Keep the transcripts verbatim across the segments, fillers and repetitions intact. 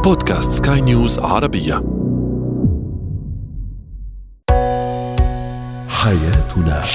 بودكاست سكاي نيوز عربية. حياتنا.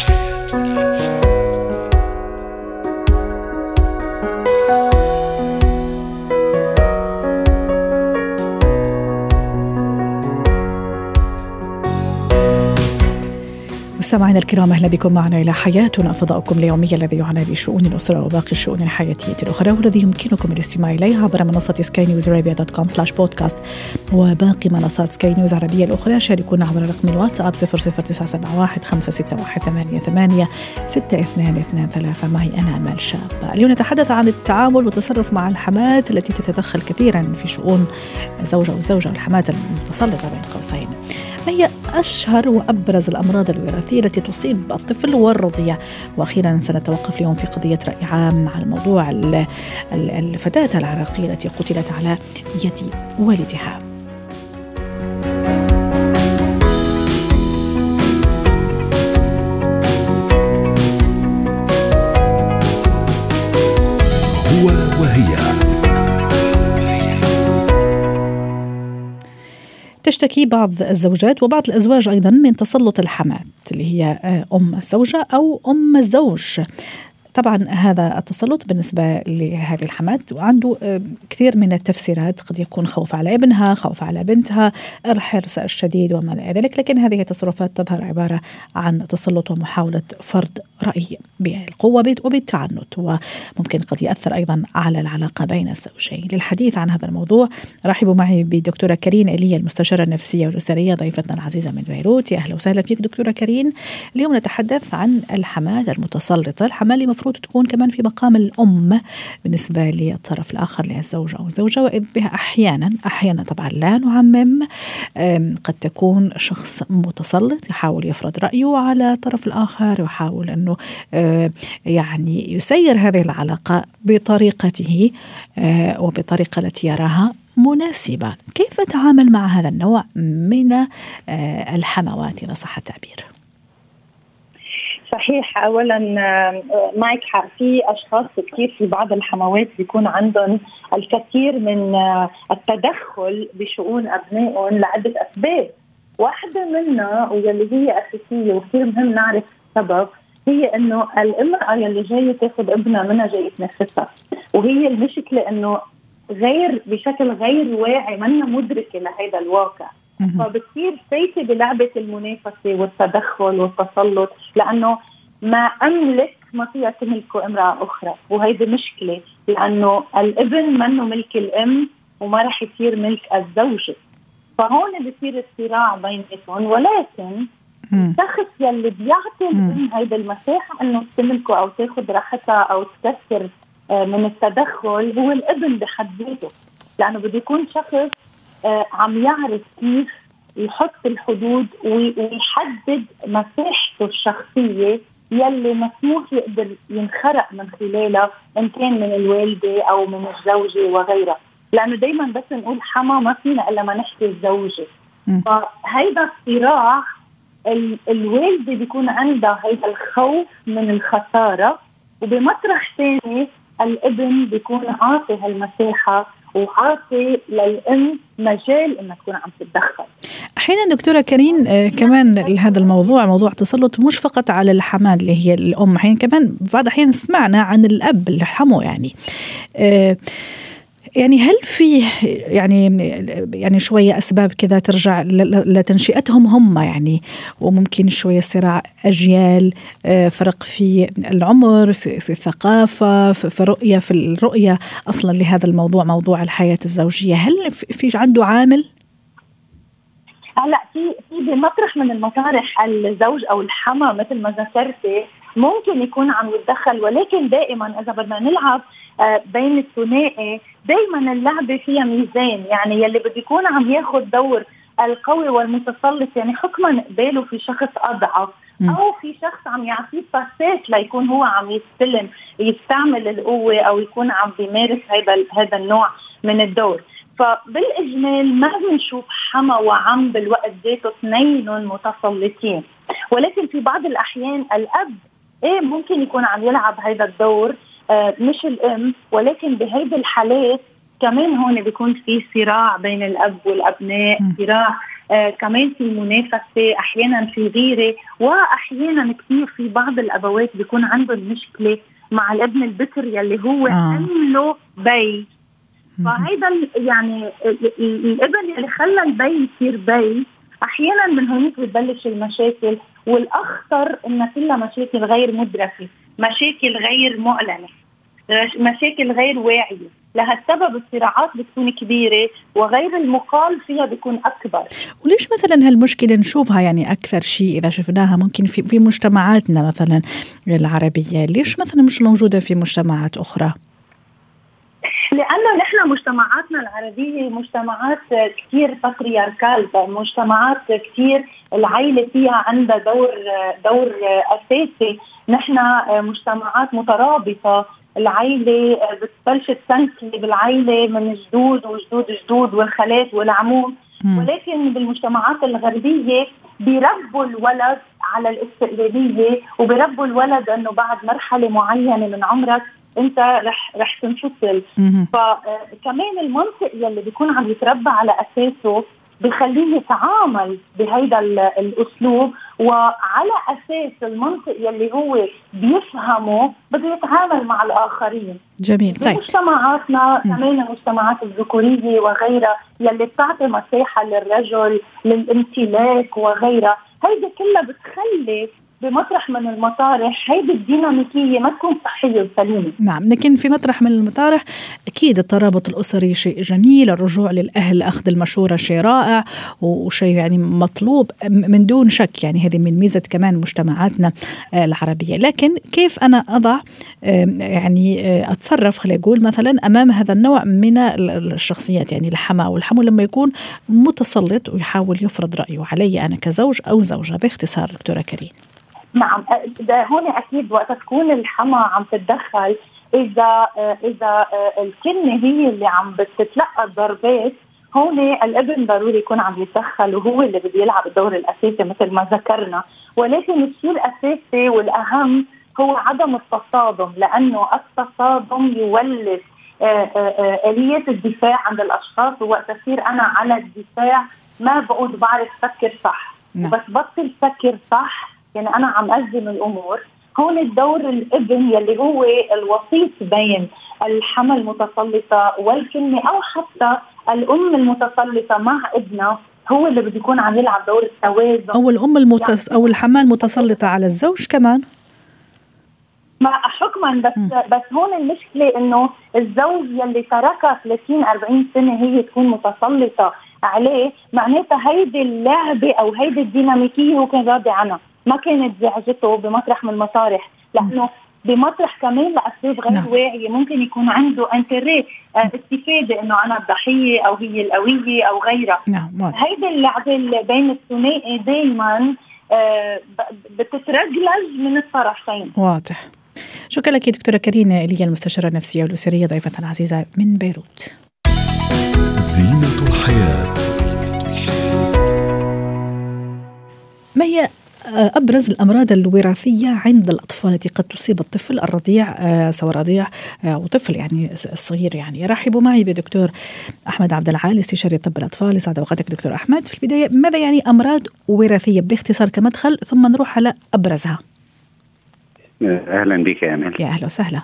مستمعينا الكرام، أهلا بكم معنا إلى حياتنا، فضاؤكم اليومي الذي يعنى بشؤون الأسرة وباقي الشؤون الحياتية الأخرى، والذي يمكنكم الاستماع إليه عبر منصة سكاي نيوز عربية دوت كوم سلاش بودكاست وباقي منصات سكاي نيوز عربية الأخرى. شاركونا عبر رقم الواتساب صفر صفر تسعة سبعة واحد خمسة ستة واحد ثمانية ثمانية ستة اثنان اثنان ثلاثة. معي أنا أمال شاب. اليوم نتحدث عن التعامل والتصرف مع الحمات التي تتدخل كثيرا في شؤون زوجة والزوجة والحمات المتسلطة بين قوسين. ما هي أشهر وأبرز الأمراض الوراثية التي تصيب الطفل والرضيع؟ وأخيرا سنتوقف اليوم في قضية رأي عام مع الموضوع الفتاة العراقية التي قتلت على يد والدها. هو وهي. تشتكي بعض الزوجات وبعض الأزواج أيضا من تسلط الحمات اللي هي أم الزوجة أو أم الزوج. طبعا هذا التسلط بالنسبة لهذه الحمات عنده كثير من التفسيرات، قد يكون خوف على ابنها، خوف على بنتها، الحرص الشديد وما إلى ذلك، لكن هذه التصرفات تظهر عبارة عن تسلط ومحاولة فرض رأي بالقوة وبالتعنت، وممكن قد يأثر أيضا على العلاقة بين الزوجين. للحديث عن هذا الموضوع رحبوا معي بدكتورة كرين إيليا، المستشارة النفسية والأسرية، ضيفتنا العزيزة من بيروت. أهلا وسهلا فيك دكتورة كرين. اليوم نتحدث عن الحمات المتسلطة، الحماة اللي مفروض تكون كمان في مقام الأم بالنسبة للطرف الآخر للزوجة أو الزوجة، وإذ بها أحيانا أحيانا طبعا لا نعمم، قد تكون شخص متسلط يحاول يفرض رأيه على الطرف الآخر ويحاول أنه يعني يسير هذه العلاقة بطريقته وبطريقة التي يراها مناسبة. كيف نتعامل مع هذا النوع من الحموات إذا صح التعبير؟ صحيح. أولا معك حق، في أشخاص كثير في بعض الحموات بيكون عندهم الكثير من التدخل بشؤون أبنائهم لعدة أسباب. واحدة منها واللي هي أساسية وكثير مهم نعرف السبب، هي إنه الامرأة اللي جاية تاخذ ابنها منها جاية تنفسها، وهي المشكلة إنه غير بشكل غير واعي، منا مدركة لهذا الواقع، فبتصير فايتة بلعبة المنافسة والتدخل والتسلط، لأنه ما أملك ما فيها تملكه امرأة أخرى، وهيدي مشكلة، لأنه الابن منه ملك الأم وما رح يصير ملك الزوجة، فهون بصير الصراع بيناتهم. ولكن الشخص يلي بيعطي الأم هيدا المساحة أنه تملكه أو تاخد راحتها أو تكسر من التدخل هو الابن بحد ذاته، لأنه بده يكون شخص آه عم يعرف كيف يحط الحدود ويحدد مساحته الشخصية يلي مسموح يقدر ينخرق من خلالها، إن كان من الوالدة أو من الزوجة وغيرها. لأنه دايما بس نقول حما ما فينا إلا ما نحكي الزوجة، فهيدا الصراع الوالدة بيكون عندها هيدا الخوف من الخسارة، وبمطرح ثاني الابن بيكون عاطي هالمساحة وعاطي للأم مجال إنها تكون عم تتدخل. أحيانا دكتورة كريم آه كمان هذا الموضوع موضوع تسلط مش فقط على الحماد اللي هي الأم، أحيانا كمان بعض أحيانا سمعنا عن الأب اللي حمو يعني آه يعني هل في يعني يعني شوية أسباب كذا ترجع لتنشئتهم هم يعني، وممكن شوية صراع أجيال، فرق في العمر، في, في الثقافة، في, في رؤية في الرؤية أصلا لهذا الموضوع، موضوع الحياة الزوجية، هل في عنده عامل؟ هلا في في بمطرح من المطارح الزوج أو الحما مثل ما ذكرتي ممكن يكون عم يتدخل، ولكن دائما إذا بدنا نلعب بين الثنائي دائما اللعبة فيها ميزان، يعني يلي بده يكون عم ياخد دور القوي والمتسلط، يعني حكما قباله في شخص أضعف أو في شخص عم يعطيه باسات ليكون هو عم يستلم يستعمل القوة أو يكون عم بيمارس هذا هذا النوع من الدور. فبالإجمال ما بنشوف حما وعم بالوقت ذاته اثنين متسلطين، ولكن في بعض الأحيان الأب إيه ممكن يكون عم يلعب هذا الدور، آه مش الأم، ولكن بهذه الحالات كمان هون بيكون في صراع بين الأب والأبناء، صراع آه كمان في منافسة، أحيانا في غيرة، وأحيانا كثير في بعض الأبوات بيكون عندهم مشكلة مع الابن البكر يلي هو آه. أمله بي. فهيدا يعني الابن اللي خلى البي يصير بي، أحيانا من هونيك بتبلش المشاكل، والأخطر إن كلها مشاكل غير مدركة، مشاكل غير معلنة، مشاكل غير واعية. لهالسبب الصراعات بتكون كبيرة وغير المقال فيها بيكون أكبر. وليش مثلا هالمشكلة نشوفها يعني أكثر شيء إذا شفناها ممكن في, في مجتمعاتنا مثلا العربية، ليش مثلا مش موجودة في مجتمعات أخرى؟ لأنه نحن مجتمعاتنا العربية مجتمعات كتير باترياركال، مجتمعات كتير العائلة فيها عندها دور دور أساسي. نحن مجتمعات مترابطة، العائلة بتبلش تسنكلي بالعائلة من جدود وجدود جدود والخالات والعموم. ولكن بالمجتمعات الغربية بيربوا الولد على الاستقلالية، وبيربوا الولد أنه بعد مرحلة معينة من عمرك انت رح رح تنفصل. فكمان المنطق يلي بيكون عم يتربى على اساسه بخليه يتعامل بهيدا الاسلوب، وعلى اساس المنطق يلي هو بيفهمه بده يتعامل مع الاخرين. جميل. طيب مجتمعاتنا كمان المجتمعات الذكوريه وغيرها يلي بتعطي مساحه للرجل للامتلاك وغيرها، هيدي كلها بتخلي بمطرح من المطارح هيدي الديناميكية ما تكون صحية وسليمة. نعم، لكن في مطرح من المطارح أكيد الترابط الأسري شيء جميل، الرجوع للأهل أخذ المشورة شيء رائع وشيء يعني مطلوب من دون شك، يعني هذه من ميزة كمان مجتمعاتنا العربية. لكن كيف أنا أضع يعني أتصرف خلي أقول مثلا أمام هذا النوع من الشخصيات، يعني الحما والحمو لما يكون متسلط ويحاول يفرض رأيه علي أنا كزوج أو زوجة؟ باختصار دكتورة كريم. نعم، ده هون أكيد وقت تكون الحما عم تتدخل، إذا إذا الكلمة هي اللي عم بتتلقى الضربات، هون الابن ضروري يكون عم يتدخل وهو اللي بده يلعب الدور الأساسي مثل ما ذكرنا. ولكن الشيء الأساسي والأهم هو عدم التصادم، لأنه التصادم يولد آليات الدفاع عند الأشخاص، ووقت أصير أنا على الدفاع ما بقعد بعرف فكر صح. نعم. بس بطل فكر صح يعني أنا عم أزم الأمور. هون الدور الابن يلي هو الوسيط بين الحمى المتسلطة والكلمة، أو حتى الأم المتسلطة مع ابنها، هو اللي بده يكون عم يلعب دور التوازن. أو الأم المتس... أو الحمى المتسلطة على الزوج كمان مع حكما. بس م. بس هون المشكلة إنه الزوج يلي تركها ثلاثين أربعين سنة هي تكون متسلطة عليه، معناتها هيدي اللعبة أو هيدي الديناميكية هو كان راضي عنها، ما كانت زعجته بمطرح من المطارح، لأنه بمطرح كمان لأسباب غير نعم. واعية ممكن يكون عنده انتريه اه استفادة إنه أنا الضحية أو هي القوية أو غيرها. نعم. هيدي اللعبة بين الثنائي دايما اه بتترجلج من الطرفين. واضح. شكرا لك دكتورة كريم إليا، المستشارة النفسية والأسرية، ضيفتنا العزيزة من بيروت. زينة الحياة. ما هي أبرز الأمراض الوراثية عند الأطفال التي قد تصيب الطفل الرضيع سواء رضيع أو طفل يعني الصغير؟ يعني رحبوا معي بدكتور أحمد عبد العال، استشاري طب الأطفال. يسعد وقتك دكتور أحمد. في البداية ماذا يعني أمراض وراثية باختصار كمدخل، ثم نروح على أبرزها. أهلا بك يا أمل. يا أهلا وسهلا.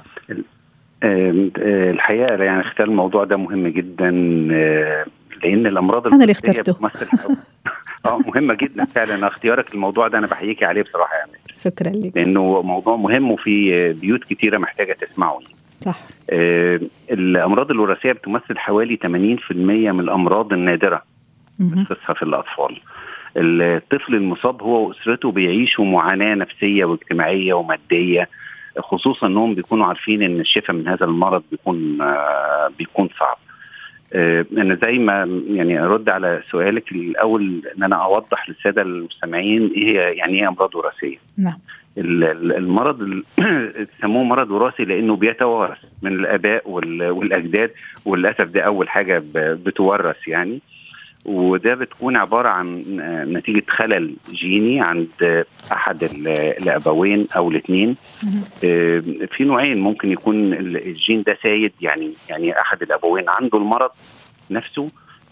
الحقيقة يعني اختيار الموضوع ده مهم جدا، لأن الأمراض أنا اللي اخترته اه مهمة جدا فعلا. اختيارك الموضوع ده أنا بحييكي عليه بصراحة يعني. شكرا لك. لأنه موضوع مهم وفي بيوت كتيرة محتاجة تسمعه. صح. آه الأمراض الوراثية بتمثل حوالي ثمانين بالمئة من الأمراض النادرة بخصوصها في الأطفال. الطفل المصاب هو وأسرته بيعيشوا معاناة نفسية واجتماعية ومادية، خصوصا أنهم بيكونوا عارفين أن الشفاء من هذا المرض بيكون آه بيكون صعب. آه أنا زي ما يعني أرد على سؤالك الأول، أن أنا أوضح للسادة المستمعين إيه هي يعني إيه أمراض وراثية. نعم. المرض سموه مرض وراثي لأنه بيتوارث من الآباء والأجداد، وللأسف ده أول حاجة بتورث يعني. وده بتكون عبارة عن نتيجة خلل جيني عند أحد الأبوين أو الاثنين. في نوعين، ممكن يكون الجين ده سايد، يعني يعني أحد الأبوين عنده المرض نفسه،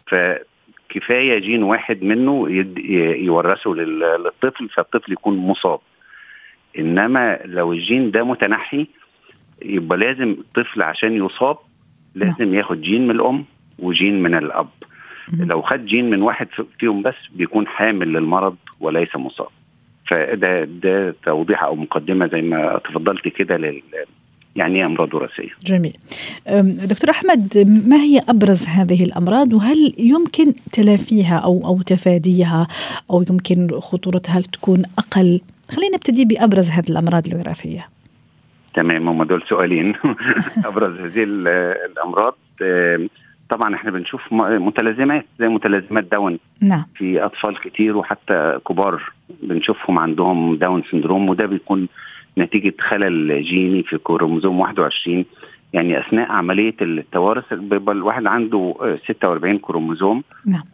فكفاية جين واحد منه يورثه للطفل فالطفل يكون مصاب. إنما لو الجين ده متنحي يبقى لازم الطفل عشان يصاب لازم ياخد جين من الأم وجين من الأب. لو خد جين من واحد فيهم بس بيكون حامل للمرض وليس مصاب. فده ده توضيح أو مقدمة زي ما تفضلت كده لل يعني ايه امراض وراثيه. جميل. دكتور احمد، ما هي ابرز هذه الامراض وهل يمكن تلافيها او او تفاديها او يمكن خطورتها تكون اقل؟ خلينا نبتدي بابرز هذه الامراض الوراثيه. تمام، هم دول سؤالين. ابرز هذه الامراض طبعا احنا بنشوف متلازمات زي متلازمات داون. نعم. في اطفال كتير وحتى كبار بنشوفهم عندهم داون سندروم، وده بيكون نتيجة خلل جيني في كروموزوم واحد وعشرين. يعني أثناء عملية التوارث بيبقى الواحد عنده ستة وأربعين كروموزوم. نعم.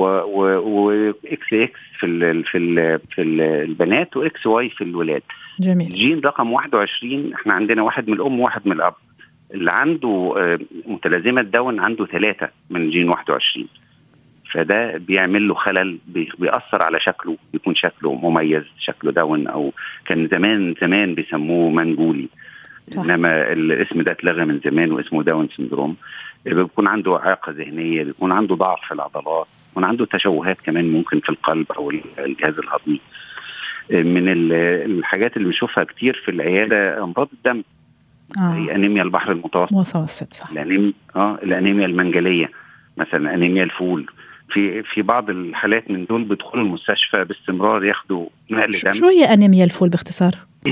وإكس إكس في ال في ال في البنات وإكس واي في الولاد. جميل. الجين رقم واحد وعشرين احنا عندنا واحد من الأم وواحد من الأب. اللي عنده متلازمة داون عنده ثلاثة من جين واحد وعشرين، فده بيعمل له خلل بيأثر على شكله، بيكون شكله مميز، شكله داون، أو كان زمان زمان بيسموه منجولي. صح. إنما الاسم ده اتلغى من زمان واسمه داون سندروم. بيكون عنده إعاقة ذهنية، بيكون عنده ضعف في العضلات، بيكون عنده تشوهات كمان ممكن في القلب أو الجهاز الهضمي. من الحاجات اللي بنشوفها كتير في العيادة أمراض الدم. آه. هي أنيميا البحر المتوسط. متوسط صح. الأنيميا آه الأنيميا المنجلية مثلا، أنيميا الفول. في في بعض الحالات من دول بيدخلوا المستشفى باستمرار ياخدوا نقل دم. شو هي أنيميا الفول باختصار؟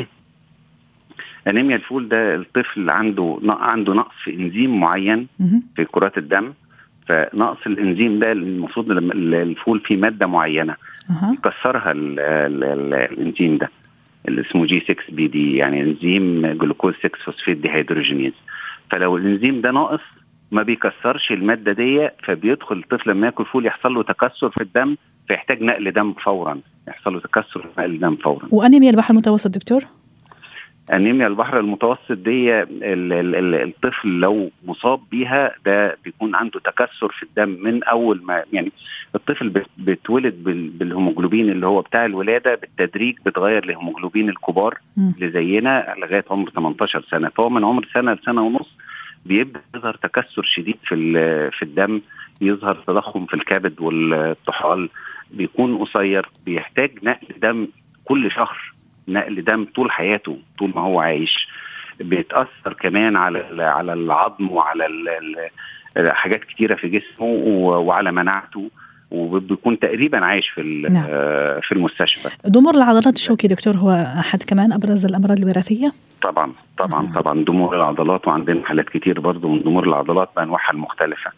أنيميا الفول ده الطفل عنده عنده نقص في إنزيم معين في كرات الدم، فنقص الإنزيم ده المفروض الفول فيه مادة معينة يكسرها الإنزيم ده اللي اسمه جي ستة بي دي، يعني إنزيم جلوكوز ستة فوسفيت ديهيدروجينيز. فلو الإنزيم ده ناقص ما بيكسرش المادة دي، فبيدخل الطفل لما يأكل فول يحصل له تكسر في الدم، فيحتاج نقل دم فورا، يحصل له تكسر في نقل دم فورا. وأنيميا البحر المتوسط دكتور؟ أنيميا البحر المتوسط دي الطفل لو مصاب بيها ده بيكون عنده تكسر في الدم من أول ما، يعني الطفل بيتولد بالهيموجلوبين اللي هو بتاع الولادة، بالتدريج بتغير لهيموجلوبين الكبار اللي زينا لغاية عمر ثمانية عشر سنة. فهو من عمر سنة لسنة ونص بيبدأ يظهر تكسر شديد في في الدم، يظهر تضخم في الكبد والطحال، بيكون قصير، بيحتاج نقل دم كل شهر، نقل دم طول حياته طول ما هو عايش. بيتأثر كمان على على العظم وعلى حاجات كتيرة في جسمه وعلى مناعته، وبيكون تقريبا عايش في نعم. في المستشفى. ضمور العضلات الشوكي دكتور هو أحد كمان أبرز الأمراض الوراثية؟ طبعا طبعا آه. طبعا ضمور العضلات، وعندنا حالات كتير برضو من ضمور العضلات بأنواعها المختلفة.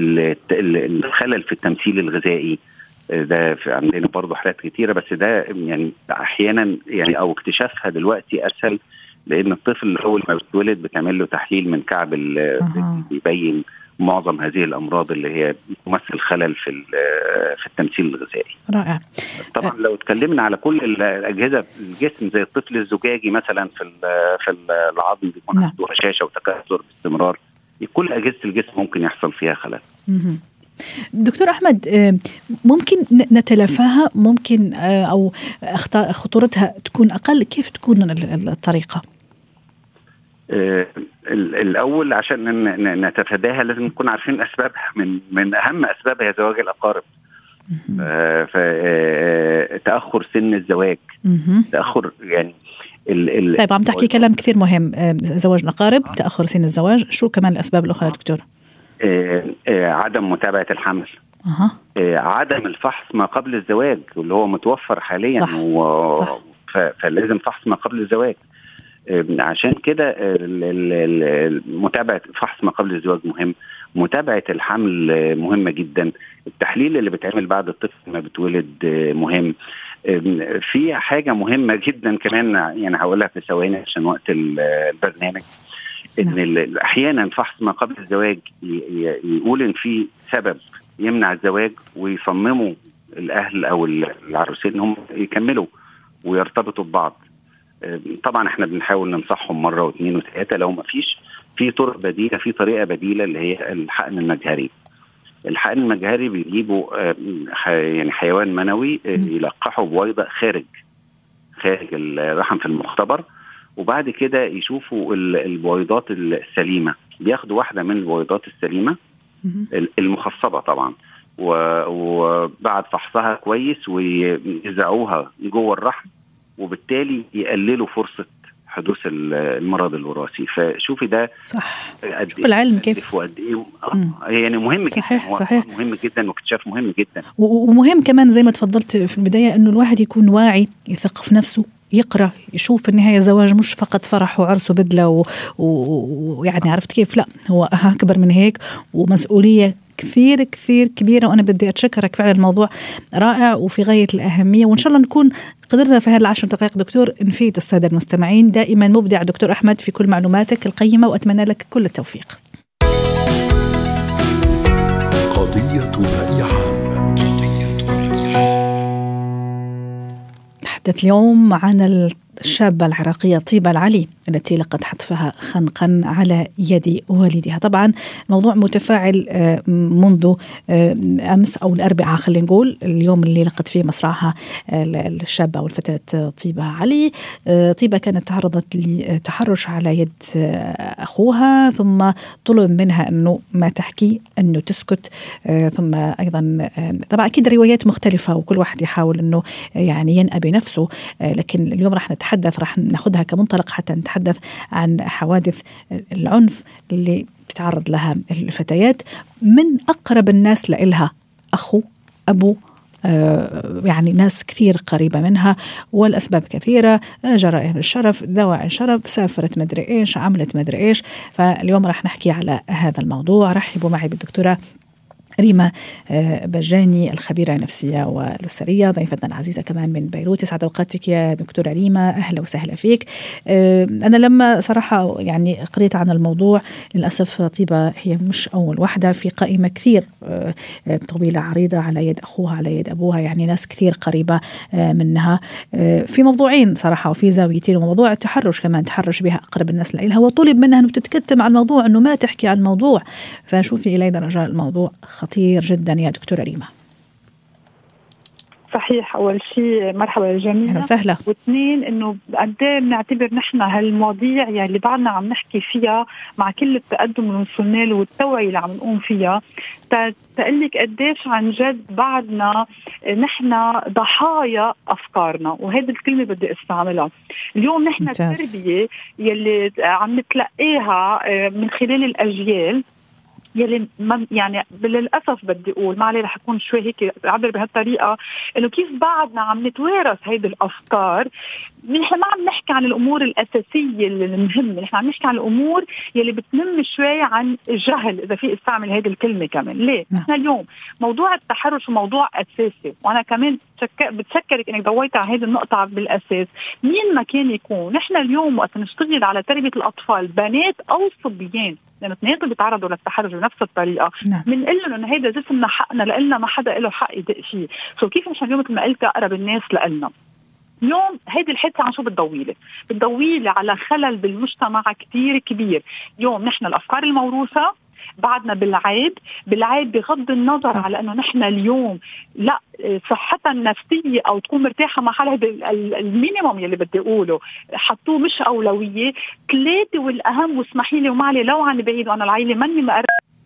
الخلل في التمثيل الغذائي ده في عندنا برضو حالات كتيرة، بس ده يعني أحيانا يعني أو اكتشافها دلوقتي أسهل، لأن الطفل أول ما بيتولد بتعمل له تحليل من كعب آه. بيبين معظم هذه الأمراض اللي هي تمثل خلل في في التمثيل الغذائي. رائع. طبعا لو اتكلمنا على كل الأجهزة الجسم زي الطفل الزجاجي مثلا في في العظم بيكون عنده هشاشة وتكسر باستمرار، كل أجهزة الجسم ممكن يحصل فيها خلل. دكتور أحمد، ممكن نتلافاها، ممكن أو خطورتها تكون أقل، كيف تكون الطريقة؟ الأول عشان نتفاداها لازم نكون عارفين أسبابها. من من أهم أسبابها زواج الأقارب. فتأخر سن الزواج، تأخر يعني ال ال طيب عم تحكي كلام كثير مهم، زواج الأقارب، تأخر سن الزواج، شو كمان الأسباب الأخرى دكتور؟ عدم متابعة الحمل. أه. عدم الفحص ما قبل الزواج اللي هو متوفر حاليا. صح. و... صح. فلازم فحص ما قبل الزواج. عشان كده متابعة فحص ما قبل الزواج مهم، متابعة الحمل مهمة جدا، التحليل اللي بيتعمل بعد الطفل ما بتولد مهم. في حاجة مهمة جدا كمان يعني هقولها في ثواني عشان وقت البرنامج، ان احيانا فحص ما قبل الزواج يقول ان في سبب يمنع الزواج، ويصمموا الاهل او العروسين انهم يكملوا ويرتبطوا ببعض. طبعا احنا بنحاول ننصحهم مره واثنين وثلاثه، لو ما فيش في طرق بديله، في طريقه بديله اللي هي الحقن المجهري. الحقن المجهري بيجيبوا يعني حيوان منوي يلقحوا بويضه خارج خارج الرحم في المختبر، وبعد كده يشوفوا البويضات السليمه، بياخدوا واحده من البويضات السليمه المخصبه طبعا، وبعد فحصها كويس ويزرعوها جوه الرحم، وبالتالي يقللوا فرصه حدوث المرض الوراثي. فشوفي ده صح، شوف العلم كيف وقد ايه يعني مهم صحيح جدا. صحيح مهم جدا، واكتشاف مهم جدا، ومهم كمان زي ما تفضلت في البداية انه الواحد يكون واعي، يثقف نفسه، يقرأ، يشوف النهاية زواج مش فقط فرح وعرس وبدلة ويعني و... عرفت كيف، لا هو أكبر من هيك ومسؤولية كثير كثير كبيرة. وأنا بدي أتشكرك فعلا، الموضوع رائع وفي غاية الأهمية، وإن شاء الله نكون قدرنا في هذه العشر دقائق دكتور نفيد السادة المستمعين. دائما مبدع دكتور أحمد في كل معلوماتك القيمة، وأتمنى لك كل التوفيق. قضية رأي عام. نتحدث اليوم عن الشابة العراقية طيبة العلي التي لقد حتفها خنقا على يد والدها. طبعا موضوع متفاعل منذ أمس أو الأربعاء، خلينا نقول اليوم اللي لقت فيه مصرعها الشابة والفتاة طيبة علي. طيبة كانت تعرضت لتحرش على يد أخوها، ثم طلب منها أنه ما تحكي، أنه تسكت، ثم أيضا طبعا أكيد روايات مختلفة وكل واحد يحاول أنه يعني ينأى بنفسه، لكن اليوم راح نتحدث، راح ناخذها كمنطلق حتى نتحدث عن حوادث العنف اللي بتعرض لها الفتيات من أقرب الناس لإلها، أخو، أبو، آه يعني ناس كثير قريبة منها، والأسباب كثيرة، جرائم الشرف، دواعي الشرف، سافرت مدري إيش، عملت مدري إيش. فاليوم راح نحكي على هذا الموضوع. رحبوا معي بالدكتورة ريما بجاني، الخبيرة النفسية والأسرية، ضيفتنا العزيزة كمان من بيروت. يسعد أوقاتك يا دكتورة ريما، أهلا وسهلا فيك. أنا لما صراحة يعني قريت عن الموضوع، للأسف طيبة هي مش أول واحدة في قائمة كثير طويلة عريضة على يد أخوها، على يد أبوها، يعني ناس كثير قريبة منها في موضوعين صراحة وفي زاويتين. وموضوع التحرش كمان تحرش بها أقرب الناس لها، وطلب منها أنه تتكتم عن الموضوع، أنه ما تحكي عن الموضوع. فشوفي إلى درجة الموضوع خطير جدا يا دكتورة ريما. صحيح، أول شيء مرحبا للجميع. أهلا وسهلا. واثنين إنه قد ايه بنعتبر نحن هالمواضيع يعني اللي بعدنا عم نحكي فيها مع كل التقدم اللي وصلنا له والتوعية اللي عم نقوم فيها، تقلك قديش عن جد بعدنا نحن ضحايا أفكارنا، وهذه الكلمة بدي استعملها اليوم. نحن التربية يلي عم نتلقيها من خلال الأجيال يلي يعني للأسف بدي أقول، ما عليه رح أكون شوي هيك أعبر بهالطريقة، إنه كيف بعدنا عم نتوارث هيدي الأفكار. نحن ما عم نحكي عن الأمور الأساسية المهمة، نحن عم نحكي عن الأمور يلي بتنم شوي عن الجهل، إذا في استعمل هيدي الكلمة كمان. ليه؟ نحن اليوم موضوع التحرش موضوع أساسي، وأنا كمان بتشكرك إنك ضويت على هيدي النقطة بالأساس. مين ما كان يكون، نحن اليوم وقت نشتغل على تربية الأطفال بنات أو صبيان، لأن اثنين بيتعرضوا للتحرش بنفس الطريقة، بنقول لهم إنه هيدا جسمنا حقنا، لإلنا ما حدا له حق يدق فيه. سو كيف نحن اليوم مثل ما قلت أقرب الناس لإلنا اليوم هيدي الحته عن شو بتضويلي بتضويلي على خلل بالمجتمع كتير كبير. اليوم نحن الأفكار الموروثة بعدنا بالعيب بالعيب بغض النظر على انه نحن اليوم لا صحتها النفسيه او تكون مرتاحه مع حالها، المينيموم يلي بدي اقوله حطوه مش اولويه. ثلاثه والاهم، واسمحي لي ومعلي لو عن بعيد وانا العائله مني مقرب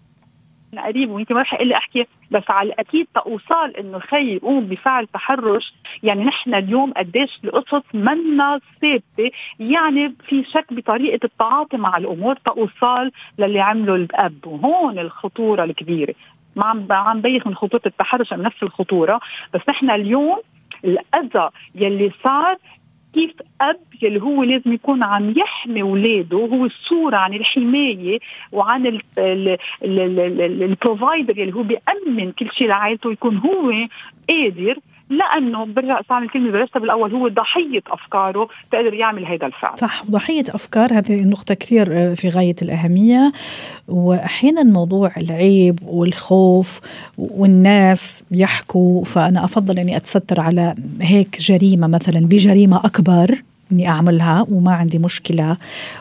قريب ويمكن ما رح اقول لي احكي، بس على الاكيد توصل انه خي يقوم بفعل تحرش. يعني نحن اليوم قديش القصص منا ثابته، يعني في شك بطريقه التعاطي مع الامور توصل للي عمله الاب، وهون الخطوره الكبيره. ما عم عم بيخ من خطوره التحرش من نفس الخطوره، بس نحن اليوم الاذى يلي صار كيف أب يلي هو لازم يكون عم يحمي ولاده، هو الصورة عن الحماية وعن البروفايدر يلي هو بيأمن كل شيء لعائلته، يكون هو قادر لأنه برجع استعمل كلمة بلشتها بالأول، هو ضحية أفكاره تقدر يعمل هذا الفعل. صح، ضحية أفكار، هذه النقطة كثير في غاية الأهمية. وأحيانا موضوع العيب والخوف والناس بيحكوا، فأنا أفضل أني أتستر على هيك جريمة مثلا بجريمة أكبر إني أعملها وما عندي مشكلة،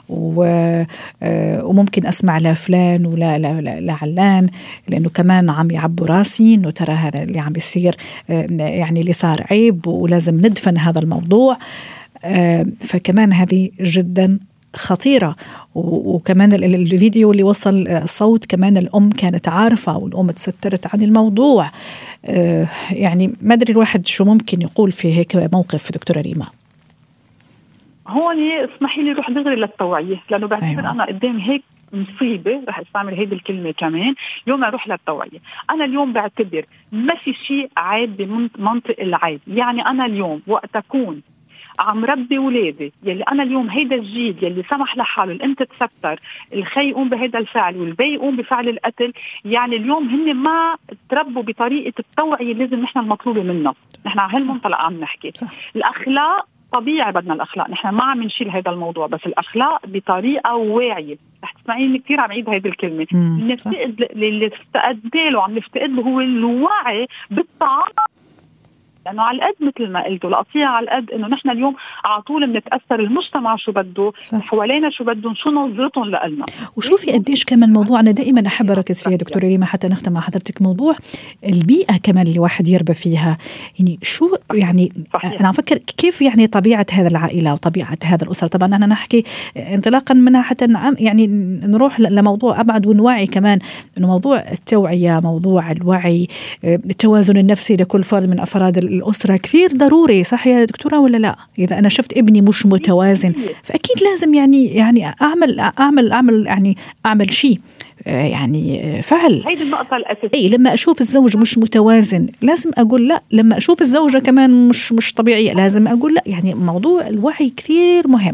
وممكن أسمع لفلان ولا لا لا لعلان، لأنه كمان عم يعبوا راسي إنه ترى هذا اللي عم بيصير يعني اللي صار عيب ولازم ندفن هذا الموضوع. فكمان هذه جدا خطيرة. وكمان الفيديو اللي وصل صوت كمان الأم كانت عارفة والأم تسترت عن الموضوع. يعني ما أدري الواحد شو ممكن يقول في هيك موقف دكتورة ريما. هون اسمحي لي روح دغري للتوعية، لأنه بعتبر أيوة. أنا قدام هيك مصيبة، رح استعمل هيدي الكلمة كمان، يوم أروح للتوعية. أنا اليوم بعتبر ما في شيء عيب بمنطق العيب. يعني أنا اليوم وقت أكون عم ربي ولادي، يلي أنا اليوم هيدا الجيل يلي سمح لحاله الأنت تستر، الخي يقوم بهيدا الفعل والبي يقوم بفعل القتل، يعني اليوم هن ما تربوا بطريقة التوعية اللي لازم نحن المطلوبة منا. نحن على هالمنطلق عم نحكي. الأخلاق طبيعي بدنا الأخلاق، نحن ما عم نشيل هذا الموضوع، بس الأخلاق بطريقة واعية. رح تسمعيني كثير عم عيد هذه الكلمة. نفتقد اللي افتقدنا له، عم نفتقد له هو الوعي بالتعاطي، لأنه على القد مثل ما قلتوا القطيع، على القد إنه نحن اليوم على طول بنتأثر المجتمع شو بده، حوالينا شو بدهم، شو نظرتهم لنا. وشوفي قديش كمان موضوع أنا دائما أحب أركز فيها دكتورة ريما حتى نختم مع حضرتك، موضوع البيئة كمان اللي واحد يربى فيها. يعني شو يعني صحيح. أنا أفكر كيف يعني طبيعة هذا العائلة وطبيعة هذا الأسرة. طبعا أنا نحكي انطلاقا منها حتى يعني نروح لموضوع أبعد ونوعي كمان إنه موضوع التوعية، موضوع الوعي، التوازن النفسي لكل فرد من أفراد الأسرة كثير ضروري. صح يا دكتورة ولا لا؟ إذا أنا شفت ابني مش متوازن فأكيد لازم يعني يعني أعمل أعمل أعمل يعني أعمل شيء يعني فعل. هيدي النقطة الأساسية. أي لما أشوف الزوج مش متوازن لازم أقول لا، لما أشوف الزوجة كمان مش مش طبيعية لازم أقول لا. يعني موضوع الوعي كثير مهم.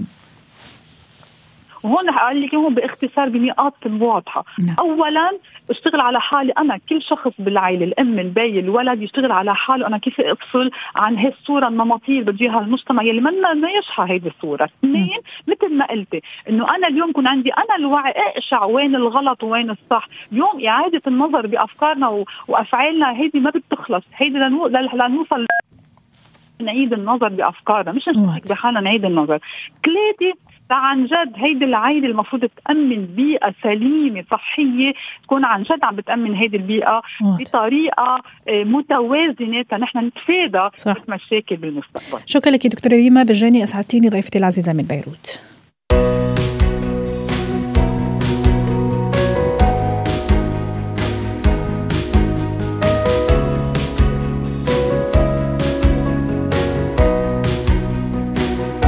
وهون هقول لك هون باختصار بنقاط واضحه. نعم. اولا اشتغل على حالي انا، كل شخص بالعائله، الام، البي، الولد، يشتغل على حاله انا كيف افصل عن هي الصوره النمطيه اللي بتجيها المجتمع يلي منا ما يشحى هيدي الصوره. اثنين مثل ما قلتي انه انا اليوم كون عندي انا الوعي اقشع وين الغلط وين الصح. اليوم اعاده النظر بافكارنا وافعالنا هيدي ما بتخلص، هيدي لنو... لنوصل نعيد النظر بافكارنا، مش نشوفك بحالنا نعيد النظر. ثلاثه عن جد هيدي العائلة المفروض تأمن بيئة سليمة صحية، تكون عن جد عم بتأمن هيدي البيئة وات. بطريقة متوازنة نحن نتفادى مشاكل بالمستقبل. شكرا لك دكتورة ريما بجاني، أسعدتيني ضيفتي العزيزة من بيروت.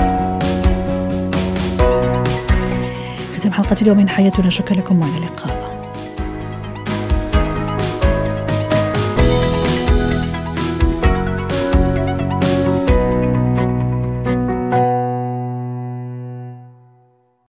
حلقة اليوم من حياتنا، شكرا لكم، وإلى اللقاء.